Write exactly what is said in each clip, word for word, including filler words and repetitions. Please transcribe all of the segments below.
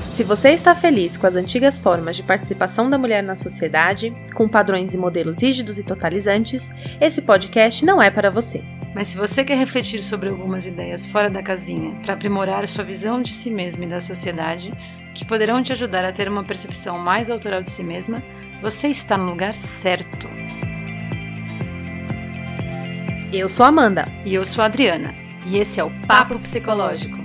Se você está feliz com as antigas formas de participação da mulher na sociedade, com padrões e modelos rígidos e totalizantes, esse podcast não é para você. Mas se você quer refletir sobre algumas ideias fora da casinha para aprimorar sua visão de si mesma e da sociedade, que poderão te ajudar a ter uma percepção mais autoral de si mesma, você está no lugar certo. Eu sou a Amanda. E eu sou a Adriana. E esse é o Papo Psicológico.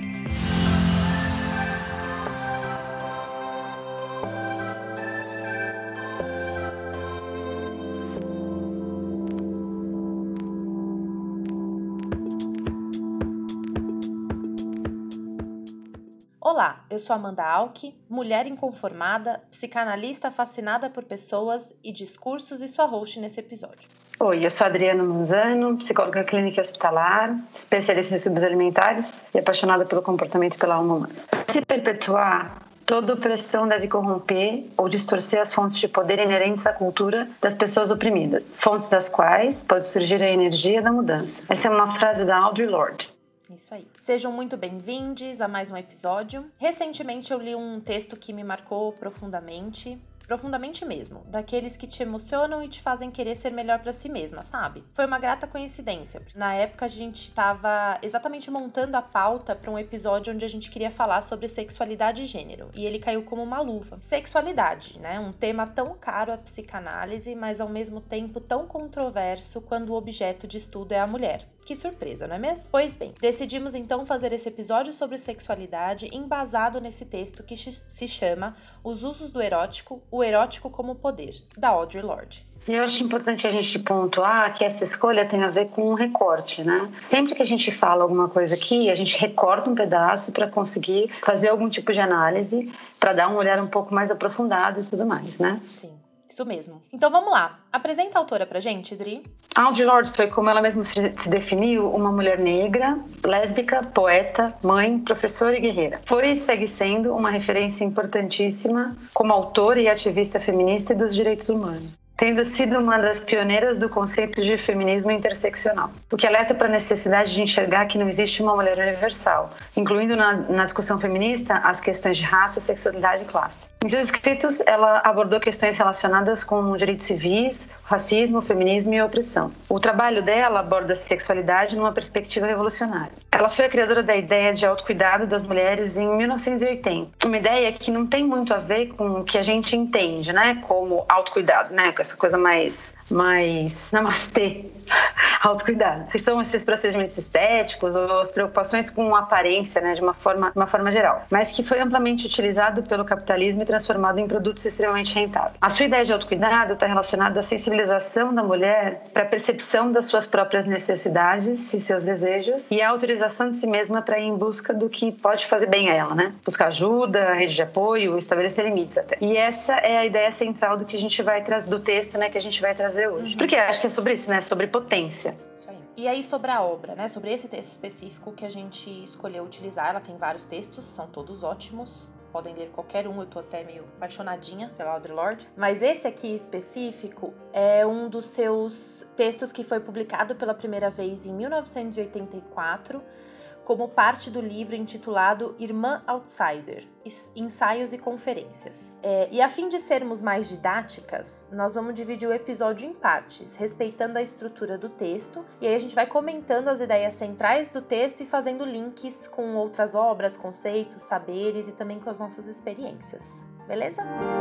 Olá, eu sou Amanda Alck, mulher inconformada, psicanalista fascinada por pessoas e discursos e sua host nesse episódio. Oi, eu sou a Adriana Manzano, psicóloga clínica e hospitalar, especialista em subs alimentares e apaixonada pelo comportamento e pela alma humana. Para se perpetuar, toda opressão deve corromper ou distorcer as fontes de poder inerentes à cultura das pessoas oprimidas, fontes das quais pode surgir a energia da mudança. Essa é uma frase da Audre Lorde. Isso aí. Sejam muito bem-vindos a mais um episódio. Recentemente eu li um texto que me marcou profundamente. Profundamente mesmo, daqueles que te emocionam e te fazem querer ser melhor pra si mesma, sabe? Foi uma grata coincidência. Na época a gente tava exatamente montando a pauta pra um episódio onde a gente queria falar sobre sexualidade e gênero, e ele caiu como uma luva. Sexualidade, né? Um tema tão caro à psicanálise, mas ao mesmo tempo tão controverso quando o objeto de estudo é a mulher. Que surpresa, não é mesmo? Pois bem, decidimos então fazer esse episódio sobre sexualidade embasado nesse texto que se chama Os Usos do Erótico, o Erótico como Poder, da Audre Lorde. E eu acho importante a gente pontuar que essa escolha tem a ver com um recorte, né? Sempre que a gente fala alguma coisa aqui, a gente recorta um pedaço para conseguir fazer algum tipo de análise, para dar um olhar um pouco mais aprofundado e tudo mais, né? Sim. Isso mesmo. Então vamos lá. Apresenta a autora pra gente, Dri. Audre Lorde foi, como ela mesma se definiu, uma mulher negra, lésbica, poeta, mãe, professora e guerreira. Foi e segue sendo uma referência importantíssima como autora e ativista feminista e dos direitos humanos, tendo sido uma das pioneiras do conceito de feminismo interseccional, o que alerta para a necessidade de enxergar que não existe uma mulher universal, incluindo na, na discussão feminista as questões de raça, sexualidade e classe. Em seus escritos, ela abordou questões relacionadas com direitos civis, racismo, feminismo e opressão. O trabalho dela aborda a sexualidade numa perspectiva revolucionária. Ela foi a criadora da ideia de autocuidado das mulheres em mil novecentos e oitenta, uma ideia que não tem muito a ver com o que a gente entende, né, como autocuidado, né, com essa coisa mais, mais namastê, autocuidado, que são esses procedimentos estéticos ou as preocupações com a aparência, né, de uma forma, de uma forma geral, mas que foi amplamente utilizado pelo capitalismo e transformado em produtos extremamente rentáveis. A sua ideia de autocuidado está relacionada à sensibilização da mulher para a percepção das suas próprias necessidades e seus desejos e a autorização de si mesma para ir em busca do que pode fazer bem a ela, né? Buscar ajuda, rede de apoio, estabelecer limites até. E essa é a ideia central do que a gente vai trazer, do texto, né, que a gente vai trazer hoje. Uhum. Porque acho que é sobre isso, né? Sobre potência. Isso aí. E aí sobre a obra, né? Sobre esse texto específico que a gente escolheu utilizar, ela tem vários textos, são todos ótimos. Podem ler qualquer um, eu tô até meio apaixonadinha pela Audre Lorde. Mas esse aqui específico é um dos seus textos que foi publicado pela primeira vez em mil novecentos e oitenta e quatro, como parte do livro intitulado Irmã Outsider, Ensaios e Conferências. É, e a fim de sermos mais didáticas, nós vamos dividir o episódio em partes, respeitando a estrutura do texto, e aí a gente vai comentando as ideias centrais do texto e fazendo links com outras obras, conceitos, saberes e também com as nossas experiências. Beleza?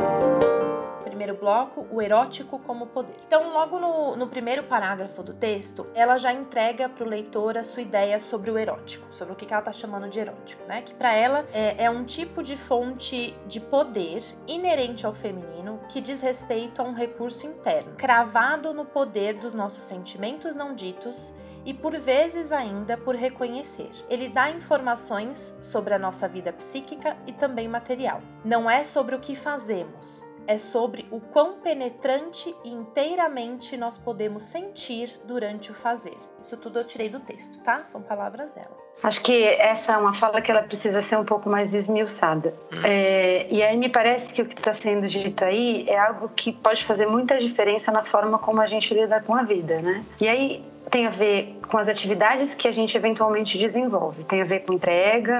Primeiro bloco, o erótico como poder. Então, logo no, no primeiro parágrafo do texto, ela já entrega para o leitor a sua ideia sobre o erótico, sobre o que ela está chamando de erótico, né? Que para ela é, é um tipo de fonte de poder inerente ao feminino que diz respeito a um recurso interno, cravado no poder dos nossos sentimentos não ditos e por vezes ainda por reconhecer. Ele dá informações sobre a nossa vida psíquica e também material. Não é sobre o que fazemos, é sobre o quão penetrante e inteiramente nós podemos sentir durante o fazer. Isso tudo eu tirei do texto, tá? São palavras dela. Acho que essa é uma fala que ela precisa ser um pouco mais esmiuçada. Hum. É, e aí me parece que o que está sendo dito aí é algo que pode fazer muita diferença na forma como a gente lida com a vida, né? E aí tem a ver com as atividades que a gente eventualmente desenvolve. Tem a ver com entrega,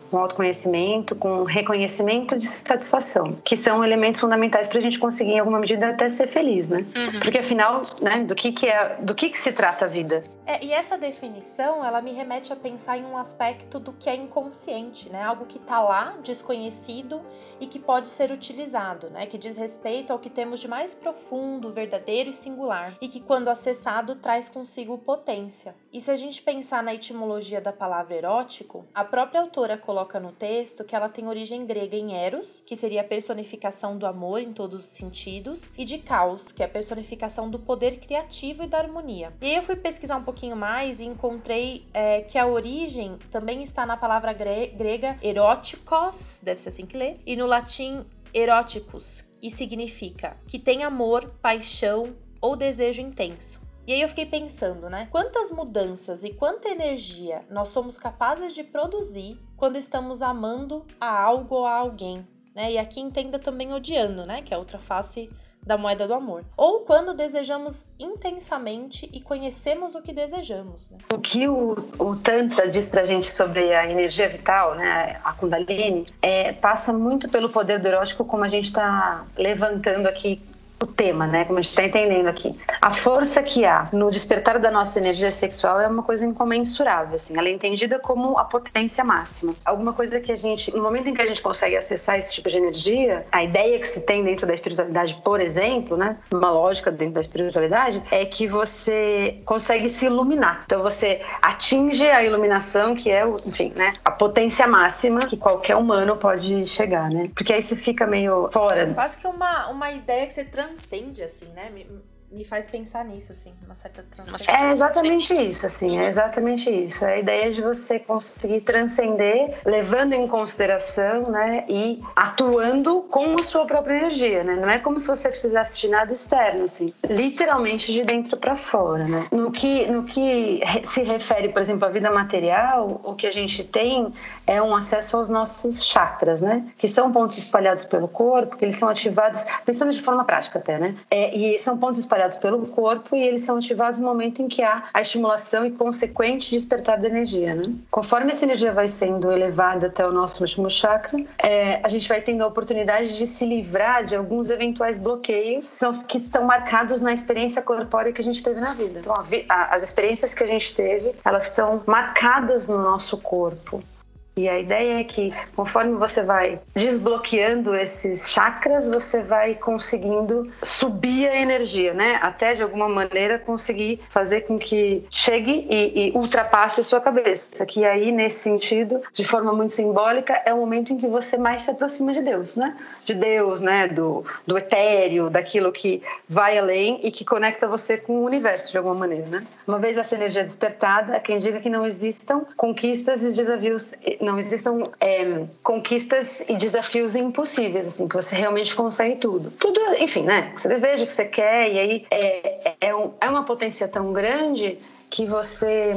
com autoconhecimento, com reconhecimento de satisfação, que são elementos fundamentais para a gente conseguir, em alguma medida, até ser feliz, né? Uhum. Porque, afinal, né, do que que é, do que que se trata a vida? É, e essa definição, ela me remete a pensar em um aspecto do que é inconsciente, né? Algo que está lá, desconhecido e que pode ser utilizado, né? Que diz respeito ao que temos de mais profundo, verdadeiro e singular, e que, quando acessado, traz consigo potência. E se a gente pensar na etimologia da palavra erótico, a própria autora coloca no texto que ela tem origem grega em eros, que seria a personificação do amor em todos os sentidos, e de caos, que é a personificação do poder criativo e da harmonia. E aí eu fui pesquisar um pouquinho mais e encontrei é, que a origem também está na palavra gre- grega eróticos, deve ser assim que lê, e no latim eróticos, e significa que tem amor, paixão ou desejo intenso. E aí eu fiquei pensando, né? Quantas mudanças e quanta energia nós somos capazes de produzir quando estamos amando a algo ou a alguém, né? E aqui entenda também odiando, né? Que é a outra face da moeda do amor. Ou quando desejamos intensamente e conhecemos o que desejamos, né? O que o, o Tantra diz pra gente sobre a energia vital, né, a Kundalini, é, passa muito pelo poder do erótico, como a gente tá levantando aqui o tema, né, como a gente está entendendo aqui. A força que há no despertar da nossa energia sexual é uma coisa incomensurável, assim. Ela é entendida como a potência máxima. Alguma coisa que a gente, no momento em que a gente consegue acessar esse tipo de energia, a ideia que se tem dentro da espiritualidade, por exemplo, né, uma lógica dentro da espiritualidade, é que você consegue se iluminar. Então você atinge a iluminação, que é, enfim, né, a potência máxima que qualquer humano pode chegar, né? Porque aí você fica meio fora. Quase que uma, uma ideia que você transcende, assim, né? Me, me faz pensar nisso, assim, uma certa transcendência. É exatamente isso, assim, é exatamente isso. É a ideia de você conseguir transcender, levando em consideração, né, e atuando com a sua própria energia, né? Não é como se você precisasse de nada externo, assim, literalmente de dentro para fora, né? No que, no que se refere, por exemplo, à vida material, o que a gente tem é um acesso aos nossos chakras, né? Que são pontos espalhados pelo corpo, que eles são ativados, pensando de forma prática até, né? É, e são pontos espalhados pelo corpo e eles são ativados no momento em que há a estimulação e consequente despertar da energia, né? Conforme essa energia vai sendo elevada até o nosso último chakra, é, a gente vai tendo a oportunidade de se livrar de alguns eventuais bloqueios são os que estão marcados na experiência corpórea que a gente teve na vida. Então, a vi- a, as experiências que a gente teve, elas estão marcadas no nosso corpo. E a ideia é que, conforme você vai desbloqueando esses chakras, você vai conseguindo subir a energia, né? Até, de alguma maneira, conseguir fazer com que chegue e, e ultrapasse a sua cabeça. Que aí, nesse sentido, de forma muito simbólica, é o momento em que você mais se aproxima de Deus, né? De Deus, né? Do, do etéreo, daquilo que vai além e que conecta você com o universo, de alguma maneira, né? Uma vez essa energia despertada, quem diga que não existam conquistas e desafios... não existam é, conquistas e desafios impossíveis, assim, que você realmente consegue tudo. Tudo, enfim, né? Que você deseja, que você quer, e aí é, é, um, é uma potência tão grande que você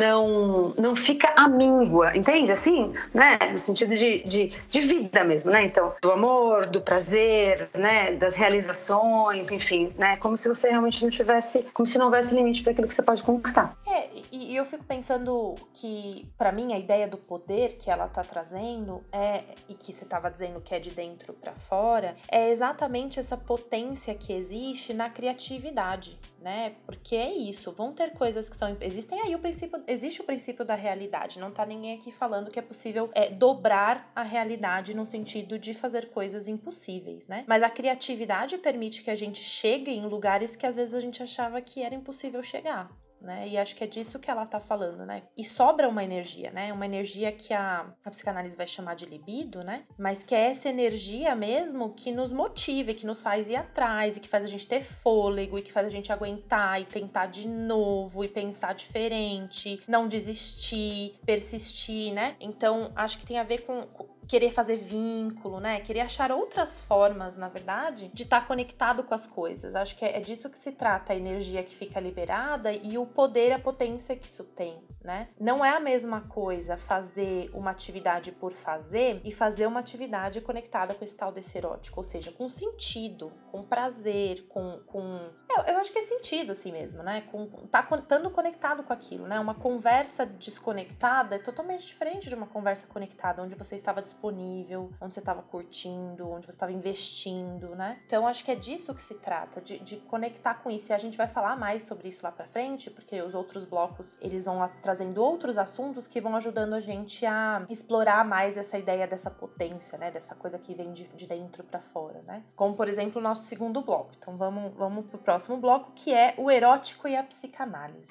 não, não fica amíngua, entende? Assim, né? No sentido de, de, de vida mesmo, né? Então, do amor, do prazer, né? Das realizações, enfim, né? Como se você realmente não tivesse, como se não houvesse limite para aquilo que você pode conquistar. É, e, e eu fico pensando que, pra mim, a ideia do poder que ela tá trazendo é, e que você tava dizendo que é de dentro pra fora, é exatamente essa potência que existe na criatividade, né? Porque é isso, vão ter coisas que são... Existem aí o princípio... Existe o princípio da realidade, não tá ninguém aqui falando que é possível é, dobrar a realidade no sentido de fazer coisas impossíveis, né? Mas a criatividade permite que a gente chegue em lugares que às vezes a gente achava que era impossível chegar, né? E acho que é disso que ela tá falando, né? E sobra uma energia, né? Uma energia que a, a psicanálise vai chamar de libido, né? Mas que é essa energia mesmo que nos motiva, que nos faz ir atrás, e que faz a gente ter fôlego, e que faz a gente aguentar e tentar de novo, e pensar diferente, não desistir, persistir, né? Então, acho que tem a ver com... com querer fazer vínculo, né? Querer achar outras formas, na verdade, de estar conectado com as coisas. Acho que é disso que se trata a energia que fica liberada e o poder, a potência que isso tem, né? Não é a mesma coisa fazer uma atividade por fazer e fazer uma atividade conectada com esse tal desse erótico, ou seja, com sentido, com prazer, com... com... Eu, eu acho que é sentido assim mesmo, né? Com, tá estando conectado com aquilo, né? Uma conversa desconectada é totalmente diferente de uma conversa conectada, onde você estava disponível, onde você estava curtindo, onde você estava investindo, né? Então, acho que é disso que se trata, de, de conectar com isso. E a gente vai falar mais sobre isso lá pra frente, porque os outros blocos, eles vão lá trazendo outros assuntos que vão ajudando a gente a explorar mais essa ideia dessa potência, né? Dessa coisa que vem de, de dentro pra fora, né? Como, por exemplo, o nosso segundo bloco. Então, vamos, vamos pro próximo bloco, que é o erótico e a psicanálise.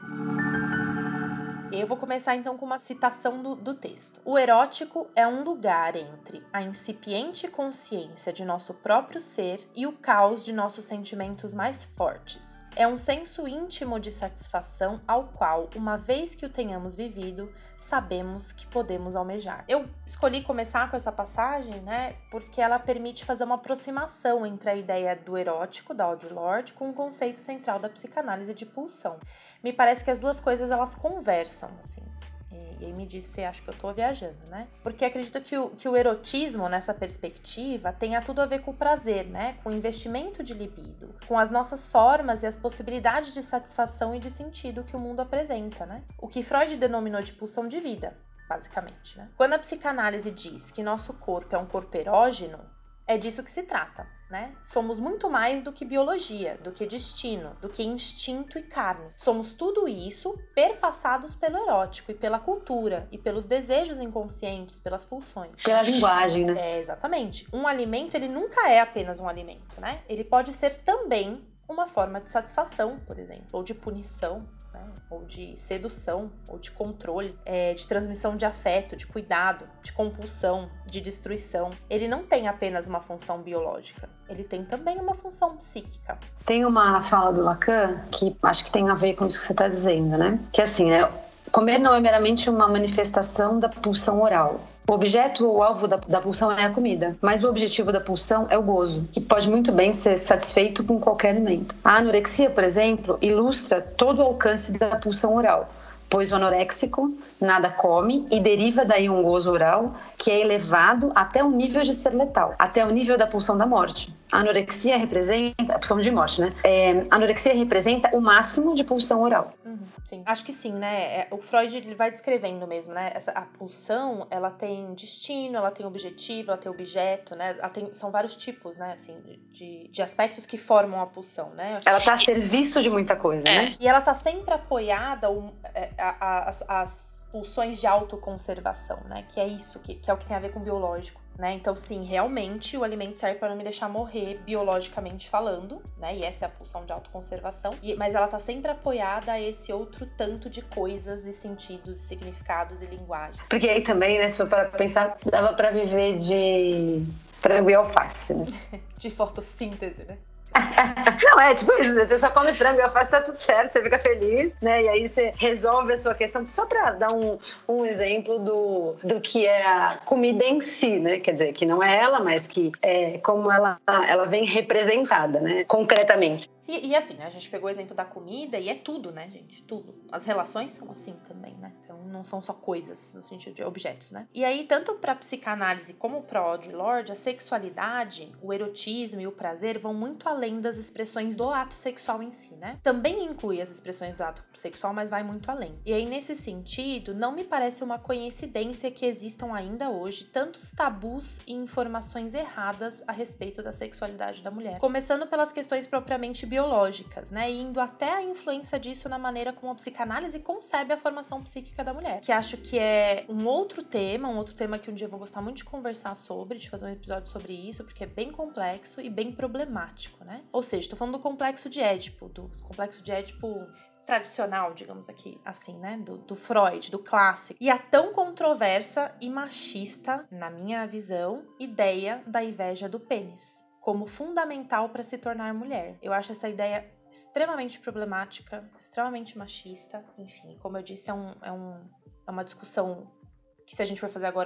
Eu vou começar então com uma citação do, do texto. O erótico é um lugar entre a incipiente consciência de nosso próprio ser e o caos de nossos sentimentos mais fortes. É um senso íntimo de satisfação ao qual, uma vez que o tenhamos vivido, sabemos que podemos almejar. Eu escolhi começar com essa passagem, né, porque ela permite fazer uma aproximação entre a ideia do erótico, da Audre Lorde, com o conceito central da psicanálise de pulsão. Me parece que as duas coisas, elas conversam, assim. E, e aí me diz se acha que eu tô viajando, né? Porque acredito que o, que o erotismo, nessa perspectiva, tenha tudo a ver com o prazer, né? Com o investimento de libido, com as nossas formas e as possibilidades de satisfação e de sentido que o mundo apresenta, né? O que Freud denominou de pulsão de vida, basicamente, né? Quando a psicanálise diz que nosso corpo é um corpo erógeno, é disso que se trata, né? Somos muito mais do que biologia, do que destino, do que instinto e carne. Somos tudo isso perpassados pelo erótico e pela cultura e pelos desejos inconscientes, pelas pulsões. Pela linguagem, né? É, exatamente. Um alimento, ele nunca é apenas um alimento, né? Ele pode ser também uma forma de satisfação, por exemplo, ou de punição, né? Ou de sedução, ou de controle, é, de transmissão de afeto, de cuidado, de compulsão, de destruição. Ele não tem apenas uma função biológica, ele tem também uma função psíquica. Tem uma fala do Lacan que acho que tem a ver com isso que você está dizendo, né? Que assim, né? Comer não é meramente uma manifestação da pulsão oral. O objeto ou alvo da, da pulsão é a comida, mas o objetivo da pulsão é o gozo, que pode muito bem ser satisfeito com qualquer alimento. A anorexia, por exemplo, ilustra todo o alcance da pulsão oral, pois o anoréxico nada come e deriva daí um gozo oral que é elevado até o nível de ser letal, até o nível da pulsão da morte. A anorexia representa... a pulsão de morte, né? É, a anorexia representa o máximo de pulsão oral. Uhum, sim. Acho que sim, né? É, o Freud, ele vai descrevendo mesmo, né? Essa, a pulsão, ela tem destino, ela tem objetivo, ela tem objeto, né? Ela tem, são vários tipos, né? Assim, de, de aspectos que formam a pulsão, né? Ela tá a serviço de muita coisa, é. né? E ela tá sempre apoiada um, é, a, a, as, as pulsões de autoconservação, né? Que é isso, que, que é o que tem a ver com o biológico. Né? Então, sim, realmente o alimento serve para não me deixar morrer biologicamente falando, né? E essa é a pulsão de autoconservação. E, mas ela tá sempre apoiada a esse outro tanto de coisas e sentidos, e significados e linguagem. Porque aí também, né, se for para pensar, dava para viver de frango e alface, né? De fotossíntese, né? Não, é tipo isso, você só come frango e alface, tá tudo certo, você fica feliz, né? E aí você resolve a sua questão. Só pra dar um, um exemplo do, do que é a comida em si, né? Quer dizer, que não é ela, mas que é como ela, ela vem representada, né? Concretamente. E, e assim, né? A gente pegou o exemplo da comida e é tudo, né, gente? Tudo. As relações são assim também, né? Então não são só coisas, no sentido de objetos, né? E aí, tanto pra psicanálise como pra Audre Lorde, a sexualidade, o erotismo e o prazer vão muito além das expressões do ato sexual em si, né? Também inclui as expressões do ato sexual, mas vai muito além. E aí, nesse sentido, não me parece uma coincidência que existam ainda hoje tantos tabus e informações erradas a respeito da sexualidade da mulher. Começando pelas questões propriamente biológicas, biológicas, né, e indo até a influência disso na maneira como a psicanálise concebe a formação psíquica da mulher, que acho que é um outro tema, um outro tema que um dia eu vou gostar muito de conversar sobre, de fazer um episódio sobre isso, porque é bem complexo e bem problemático, né? Ou seja, tô falando do complexo de Édipo, do complexo de Édipo tradicional, digamos aqui, assim, né, do, do Freud, do clássico, e a tão controversa e machista, na minha visão, ideia da inveja do pênis como fundamental para se tornar mulher. Eu acho essa ideia extremamente problemática, extremamente machista, enfim, como eu disse, é, um, é, um, é uma discussão que, se a gente for fazer agora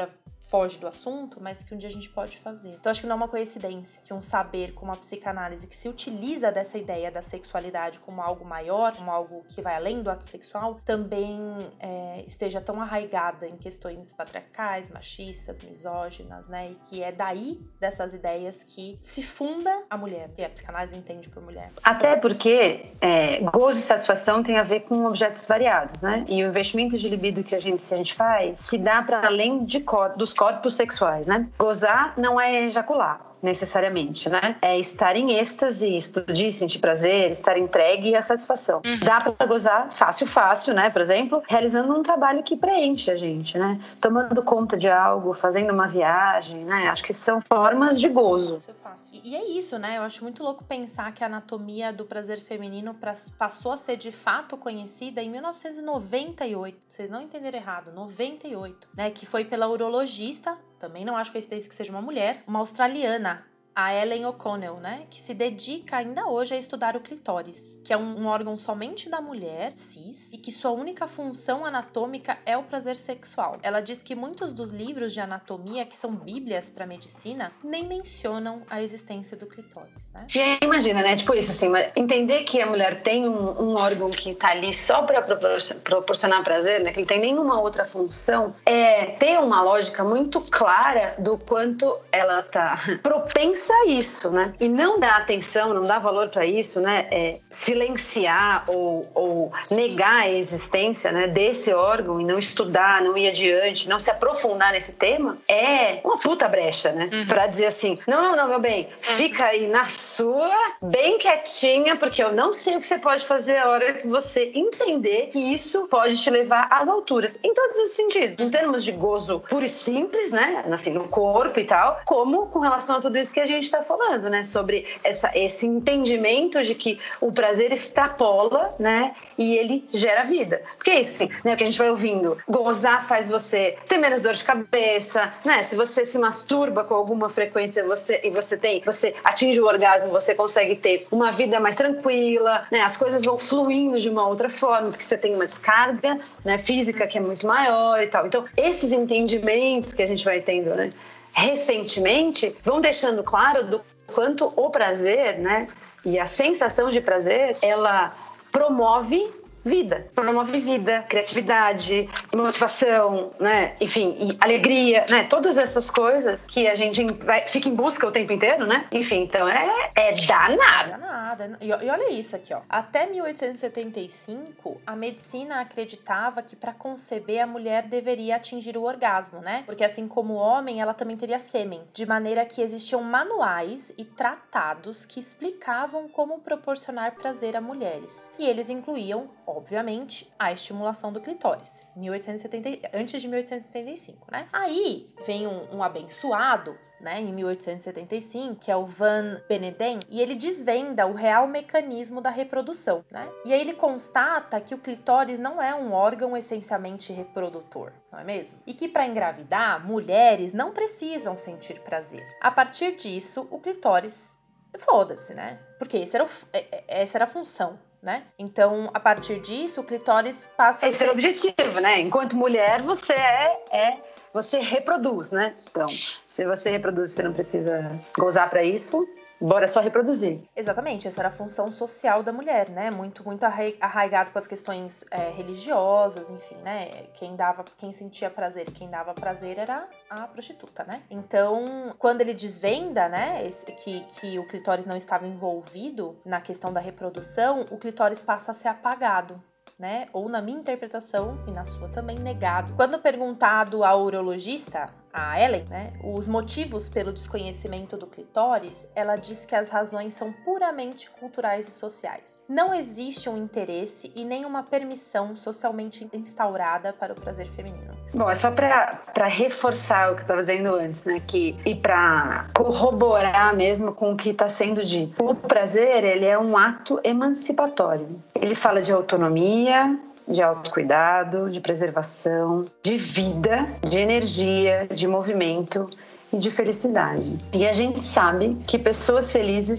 foge do assunto, mas que um dia a gente pode fazer. Então acho que não é uma coincidência que um saber como a psicanálise, que se utiliza dessa ideia da sexualidade como algo maior, como algo que vai além do ato sexual, também é, esteja tão arraigada em questões patriarcais, machistas, misóginas, né? E que é daí dessas ideias que se funda a mulher, que a psicanálise entende por mulher. Até porque é, gozo e satisfação tem a ver com objetos variados, né? E o investimento de libido que a gente, se a gente faz se dá para além de cor, dos corpos sexuais, né? Gozar não é ejacular, necessariamente, né? É estar em êxtase, explodir, sentir prazer, estar entregue à satisfação. Uhum. Dá pra gozar fácil, fácil, né? Por exemplo, realizando um trabalho que preenche a gente, né? Tomando conta de algo, fazendo uma viagem, né? Acho que são formas de gozo. Fácil, fácil. E é isso, né? Eu acho muito louco pensar que a anatomia do prazer feminino passou a ser de fato conhecida em mil novecentos e noventa e oito. Vocês não entenderam errado, noventa e oito, né? Que foi pela urologista, também não acho coincidência que seja uma mulher, uma australiana, a Ellen O'Connell, né, que se dedica ainda hoje a estudar o clitóris, que é um, um órgão somente da mulher, cis, e que sua única função anatômica é o prazer sexual. Ela diz que muitos dos livros de anatomia, que são bíblias para medicina, nem mencionam a existência do clitóris, né? E aí, imagina, né, tipo isso, assim, entender que a mulher tem um, um órgão que tá ali só para proporcionar prazer, né, que não tem nenhuma outra função, é ter uma lógica muito clara do quanto ela tá propensa a isso, né? E não dar atenção, não dar valor para isso, né? É, silenciar ou, ou negar a existência, né, desse órgão e não estudar, não ir adiante, não se aprofundar nesse tema, é uma puta brecha, né? Uhum. Para dizer assim, não, não, não, meu bem, uhum. fica aí na sua, bem quietinha, porque eu não sei o que você pode fazer a hora que você entender que isso pode te levar às alturas, em todos os sentidos. Em termos de gozo puro e simples, né? Assim, no corpo e tal, como com relação a tudo isso que a gente está falando, né? Sobre essa, esse entendimento de que o prazer extrapola, né? E ele gera vida. Porque é isso, assim, né? O que a gente vai ouvindo. Gozar faz você ter menos dor de cabeça, né? Se você se masturba com alguma frequência você, e você tem, você atinge o orgasmo, você consegue ter uma vida mais tranquila, né? As coisas vão fluindo de uma outra forma, porque você tem uma descarga, né, física que é muito maior e tal. Então, esses entendimentos que a gente vai tendo, né, recentemente, vão deixando claro do quanto o prazer, né, e a sensação de prazer, ela promove vida, promove vida, criatividade, motivação, né, enfim, e alegria, né, todas essas coisas que a gente vai, fica em busca o tempo inteiro, né, enfim, então é, é danado. Danada. E, e olha isso aqui, ó, até mil oitocentos e setenta e cinco, a medicina acreditava que para conceber a mulher deveria atingir o orgasmo, né, porque assim como o homem, ela também teria sêmen, de maneira que existiam manuais e tratados que explicavam como proporcionar prazer a mulheres, e eles incluíam, obviamente, a estimulação do clitóris, mil oitocentos e setenta, antes de mil oitocentos e setenta e cinco, né? Aí vem um, um abençoado, né, em mil oitocentos e setenta e cinco, que é o Van Beneden, e ele desvenda o real mecanismo da reprodução, né? E aí ele constata que o clitóris não é um órgão essencialmente reprodutor, não é mesmo? E que para engravidar, mulheres não precisam sentir prazer. A partir disso, o clitóris, foda-se, né? Porque esse era o, essa era a função, né? Então, a partir disso, o clitóris passa Esse a ser... é o objetivo, né? Enquanto mulher, você é, é... você reproduz, né? Então, se você reproduz, você não precisa gozar para isso, bora só reproduzir. Exatamente, essa era a função social da mulher, né? Muito, muito arraigado com as questões é, religiosas, enfim, né? Quem dava, quem sentia prazer e quem dava prazer era a prostituta, né? Então, quando ele desvenda, né, esse, que, que o clitóris não estava envolvido na questão da reprodução, o clitóris passa a ser apagado, né? Ou na minha interpretação, e na sua também, negado. Quando perguntado ao urologista, a Ellen, né, os motivos pelo desconhecimento do clitóris, ela diz que as razões são puramente culturais e sociais. Não existe um interesse e nem uma permissão socialmente instaurada para o prazer feminino. Bom, é só para reforçar o que eu estava dizendo antes, né, que, e para corroborar mesmo com o que está sendo dito. O prazer, ele é um ato emancipatório. Ele fala de autonomia, de autocuidado, de preservação, de vida, de energia, de movimento e de felicidade. E a gente sabe que pessoas felizes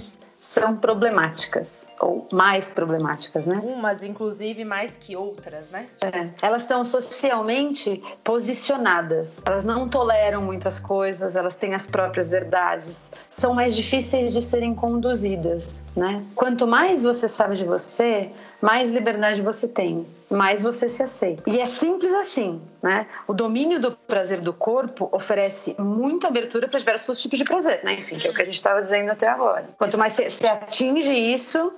são problemáticas, ou mais problemáticas, né? Umas, inclusive, mais que outras, né? É. Elas estão socialmente posicionadas, elas não toleram muitas coisas, elas têm as próprias verdades, são mais difíceis de serem conduzidas, né? Quanto mais você sabe de você, mais liberdade você tem, mais você se aceita. E é simples assim, né? O domínio do prazer do corpo oferece muita abertura para diversos tipos de prazer, né? Enfim, que é o que a gente estava dizendo até agora. Quanto mais você, você atinge isso,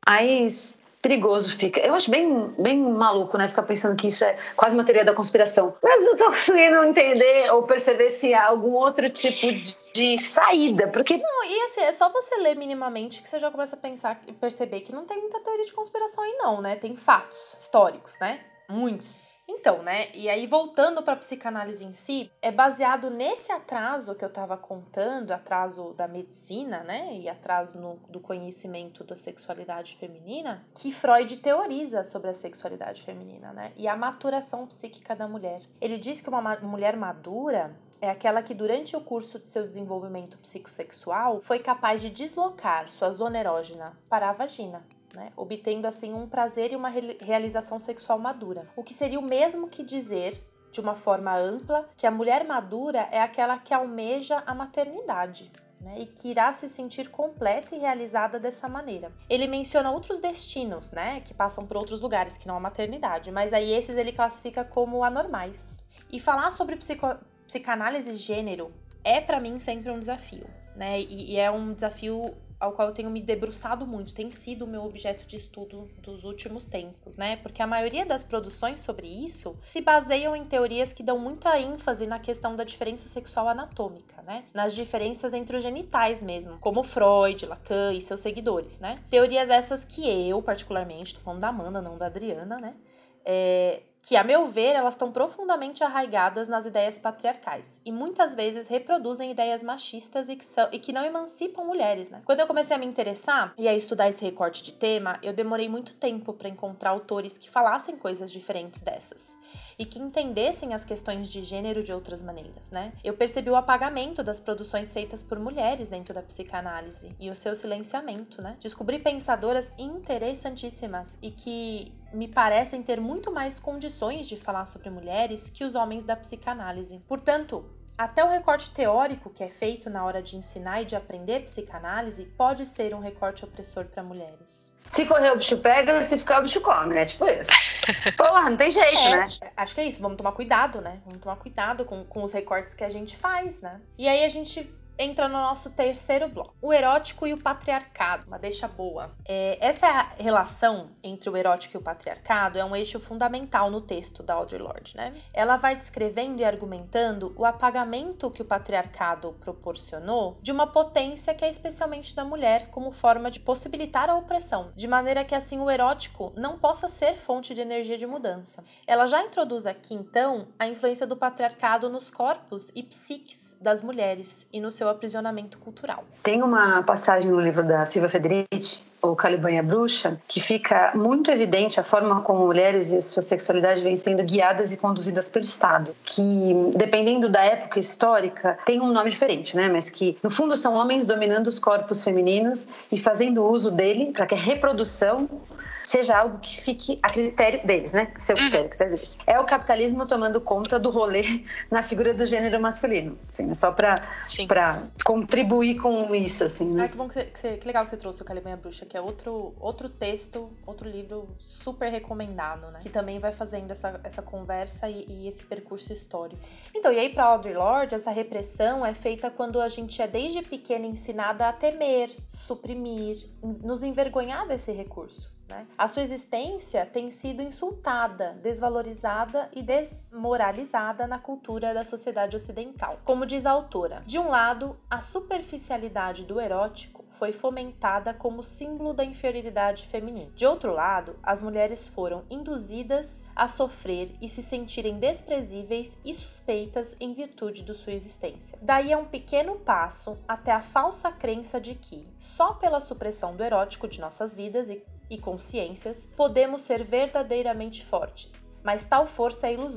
mais perigoso fica. Eu acho bem, bem maluco, né? Ficar pensando que isso é quase uma teoria da conspiração. Mas não tô conseguindo entender ou perceber se há algum outro tipo de, de saída, porque... Não, e assim, é só você ler minimamente que você já começa a pensar e perceber que não tem muita teoria de conspiração aí não, né? Tem fatos históricos, né? Muitos. Então, né, e aí voltando para a psicanálise em si, é baseado nesse atraso que eu estava contando, atraso da medicina, né, e atraso no, do conhecimento da sexualidade feminina, que Freud teoriza sobre a sexualidade feminina, né, e a maturação psíquica da mulher. Ele diz que uma ma- mulher madura é aquela que durante o curso de seu desenvolvimento psicossexual foi capaz de deslocar sua zona erógena para a vagina, né, obtendo assim um prazer e uma re- realização sexual madura. O que seria o mesmo que dizer, de uma forma ampla, que a mulher madura é aquela que almeja a maternidade, né, e que irá se sentir completa e realizada dessa maneira. Ele menciona outros destinos, né, que passam por outros lugares que não a maternidade, mas aí esses ele classifica como anormais. E falar sobre psico- psicanálise de gênero é para mim sempre um desafio, né, e, e é um desafio ao qual eu tenho me debruçado muito, tem sido o meu objeto de estudo dos últimos tempos, né? Porque a maioria das produções sobre isso se baseiam em teorias que dão muita ênfase na questão da diferença sexual anatômica, né? Nas diferenças entre os genitais mesmo, como Freud, Lacan e seus seguidores, né? Teorias essas que eu, particularmente, tô falando da Amanda, não da Adriana, né? É... que, a meu ver, elas estão profundamente arraigadas nas ideias patriarcais e muitas vezes reproduzem ideias machistas e que, são, e que não emancipam mulheres, né? Quando eu comecei a me interessar e a estudar esse recorte de tema, eu demorei muito tempo para encontrar autores que falassem coisas diferentes dessas e que entendessem as questões de gênero de outras maneiras, né? Eu percebi o apagamento das produções feitas por mulheres dentro da psicanálise e o seu silenciamento, né? Descobri pensadoras interessantíssimas e que me parecem ter muito mais condições de falar sobre mulheres que os homens da psicanálise. Portanto, até o recorte teórico que é feito na hora de ensinar e de aprender psicanálise pode ser um recorte opressor para mulheres. Se correr o bicho pega, se ficar o bicho come, né? Tipo isso. Porra, não tem jeito, é, né? Acho que é isso, vamos tomar cuidado, né? Vamos tomar cuidado com, com os recortes que a gente faz, né? E aí a gente entra no nosso terceiro bloco, o erótico e o patriarcado, uma deixa boa. É, essa relação entre o erótico e o patriarcado é um eixo fundamental no texto da Audre Lorde, né? Ela vai descrevendo e argumentando o apagamento que o patriarcado proporcionou de uma potência que é especialmente da mulher como forma de possibilitar a opressão, de maneira que assim o erótico não possa ser fonte de energia de mudança. Ela já introduz aqui, então, a influência do patriarcado nos corpos e psiques das mulheres e no seu aprisionamento cultural. Tem uma passagem no livro da Silvia Federici, O Caliban e a Bruxa, que fica muito evidente a forma como mulheres e sua sexualidade vêm sendo guiadas e conduzidas pelo Estado, que, dependendo da época histórica, tem um nome diferente, né? Mas que, no fundo, são homens dominando os corpos femininos e fazendo uso dele para que a reprodução seja algo que fique a critério deles, né? Seu critério, uhum. critério deles. É o capitalismo tomando conta do rolê na figura do gênero masculino. Assim, é só pra, pra contribuir com isso, assim, né? Ah, que bom que, você, que, você, que legal que você trouxe o Caliban e a Bruxa, que é outro, outro texto, outro livro super recomendado, né? Que também vai fazendo essa, essa conversa e, e esse percurso histórico. Então, e aí pra Audre Lorde, essa repressão é feita quando a gente é desde pequena ensinada a temer, suprimir, nos envergonhar desse recurso. Né? A sua existência tem sido insultada, desvalorizada e desmoralizada na cultura da sociedade ocidental. Como diz a autora, de um lado, a superficialidade do erótico foi fomentada como símbolo da inferioridade feminina. De outro lado, as mulheres foram induzidas a sofrer e se sentirem desprezíveis e suspeitas em virtude de sua existência. Daí é um pequeno passo até a falsa crença de que, só pela supressão do erótico de nossas vidas e e consciências, podemos ser verdadeiramente fortes. Mas tal força é ilusória.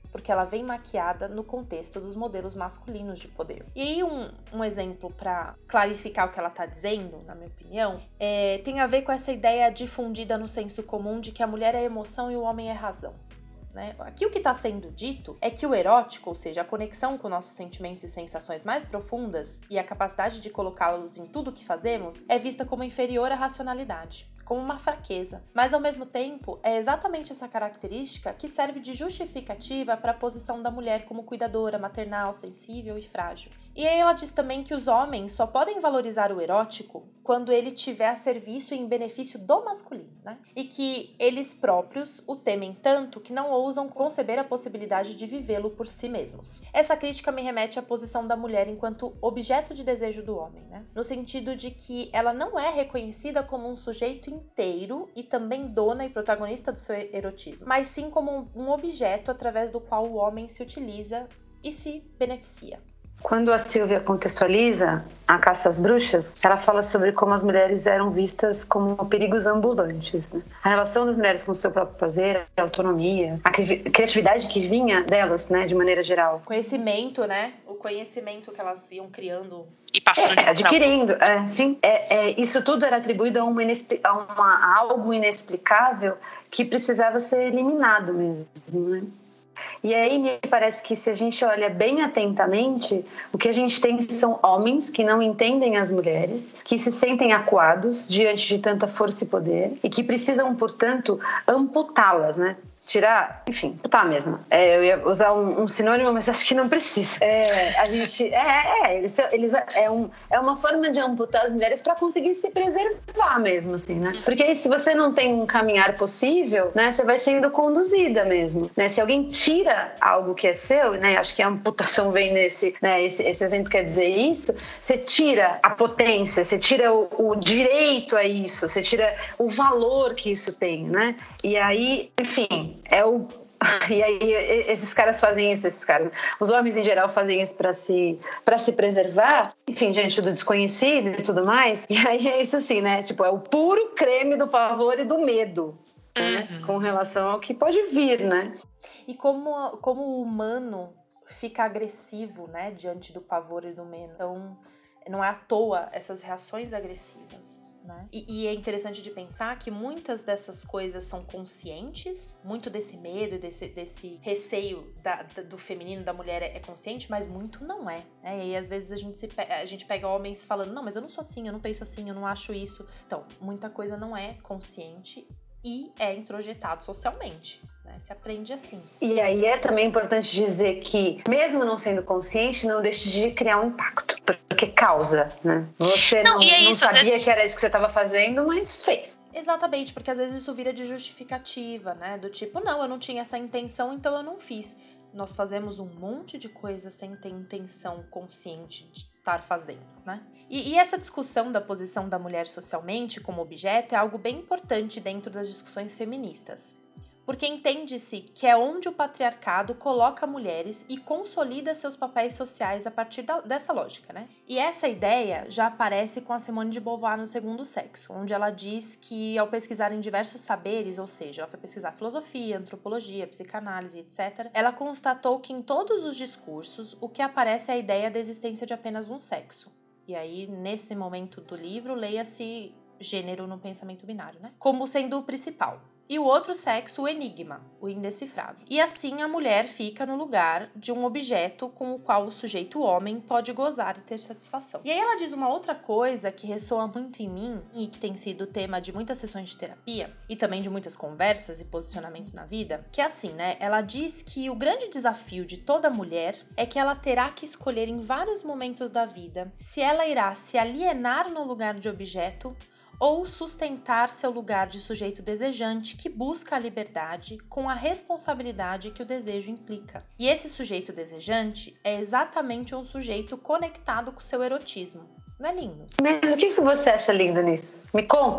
porque ela vem maquiada no contexto dos modelos masculinos de poder. E aí um, um exemplo para clarificar o que ela tá dizendo, na minha opinião, é, tem a ver com essa ideia difundida no senso comum de que a mulher é emoção e o homem é razão. Né? Aqui o que está sendo dito é que o erótico, ou seja, a conexão com nossos sentimentos e sensações mais profundas e a capacidade de colocá-los em tudo o que fazemos é vista como inferior à racionalidade, como uma fraqueza. Mas, ao mesmo tempo, é exatamente essa característica que serve de justificativa para a posição da mulher como cuidadora, maternal, sensível e frágil. E aí ela diz também que os homens só podem valorizar o erótico quando ele tiver a serviço e em benefício do masculino, né? E que eles próprios o temem tanto que não ousam conceber a possibilidade de vivê-lo por si mesmos. Essa crítica me remete à posição da mulher enquanto objeto de desejo do homem, né? No sentido de que ela não é reconhecida como um sujeito inteiro e também dona e protagonista do seu erotismo, mas sim como um objeto através do qual o homem se utiliza e se beneficia. Quando a Silvia contextualiza A Caça às Bruxas, ela fala sobre como as mulheres eram vistas como perigos ambulantes. Né? A relação das mulheres com o seu próprio prazer, a autonomia, a criatividade que vinha delas, né, de maneira geral. Conhecimento, né? O conhecimento que elas iam criando e passando é, de adquirindo. É, sim, é, é, isso tudo era atribuído a, uma inexpli- a, uma, a algo inexplicável que precisava ser eliminado mesmo, né? E aí me parece que se a gente olha bem atentamente, o que a gente tem são homens que não entendem as mulheres, que se sentem acuados diante de tanta força e poder e que precisam, portanto, amputá-las, né? Tirar, enfim, amputar mesmo. É, eu ia usar um, um sinônimo, mas acho que não precisa. É, a gente, é, é, eles, eles, é, um, é uma forma de amputar as mulheres para conseguir se preservar mesmo, assim, né? Porque aí, se você não tem um caminhar possível, né, você vai sendo conduzida mesmo, né? Se alguém tira algo que é seu, né, acho que a amputação vem nesse, né, esse, esse exemplo quer dizer isso, você tira a potência, você tira o, o direito a isso, você tira o valor que isso tem, né? E aí, enfim, é o... E aí esses caras fazem isso, esses caras, os homens em geral fazem isso para se, para se preservar, enfim, diante do desconhecido e tudo mais. E aí é isso assim, né? Tipo, é o puro creme do pavor e do medo, né? Uhum. Com relação ao que pode vir, né? E como, como o humano fica agressivo, né? Diante do pavor e do medo. Então, não é à toa essas reações agressivas. Né? E, e é interessante de pensar que muitas dessas coisas são conscientes, muito desse medo e desse, desse receio da, da, do feminino, da mulher é, é consciente, mas muito não é, né? E aí às vezes a gente, se, a gente pega homens falando, não, mas eu não sou assim, eu não penso assim, eu não acho isso. Então, muita coisa não é consciente e é introjetado socialmente. Se aprende assim. E aí é também importante dizer que, mesmo não sendo consciente, não deixe de criar um impacto, porque causa, né? Você não, não, é isso, não sabia vezes... que era isso que você estava fazendo, mas fez. Exatamente, porque às vezes isso vira de justificativa, né? Do tipo, não, eu não tinha essa intenção, então eu não fiz. Nós fazemos um monte de coisa sem ter intenção consciente de estar fazendo, né? E, e essa discussão da posição da mulher socialmente como objeto é algo bem importante dentro das discussões feministas. Porque entende-se que é onde o patriarcado coloca mulheres e consolida seus papéis sociais a partir da, dessa lógica, né? E essa ideia já aparece com a Simone de Beauvoir no Segundo Sexo, onde ela diz que ao pesquisar em diversos saberes, ou seja, ela foi pesquisar filosofia, antropologia, psicanálise, etcétera, ela constatou que em todos os discursos o que aparece é a ideia da existência de apenas um sexo. E aí, nesse momento do livro, leia-se gênero no pensamento binário, né? Como sendo o principal. E o outro sexo, o enigma, o indecifrável. E assim a mulher fica no lugar de um objeto com o qual o sujeito homem pode gozar e ter satisfação. E aí ela diz uma outra coisa que ressoa muito em mim e que tem sido tema de muitas sessões de terapia e também de muitas conversas e posicionamentos na vida, que é assim, né? Ela diz que o grande desafio de toda mulher é que ela terá que escolher em vários momentos da vida se ela irá se alienar no lugar de objeto ou sustentar seu lugar de sujeito desejante que busca a liberdade com a responsabilidade que o desejo implica. E esse sujeito desejante é exatamente um sujeito conectado com seu erotismo. Não é lindo? Mas o que você acha lindo nisso? Me conta!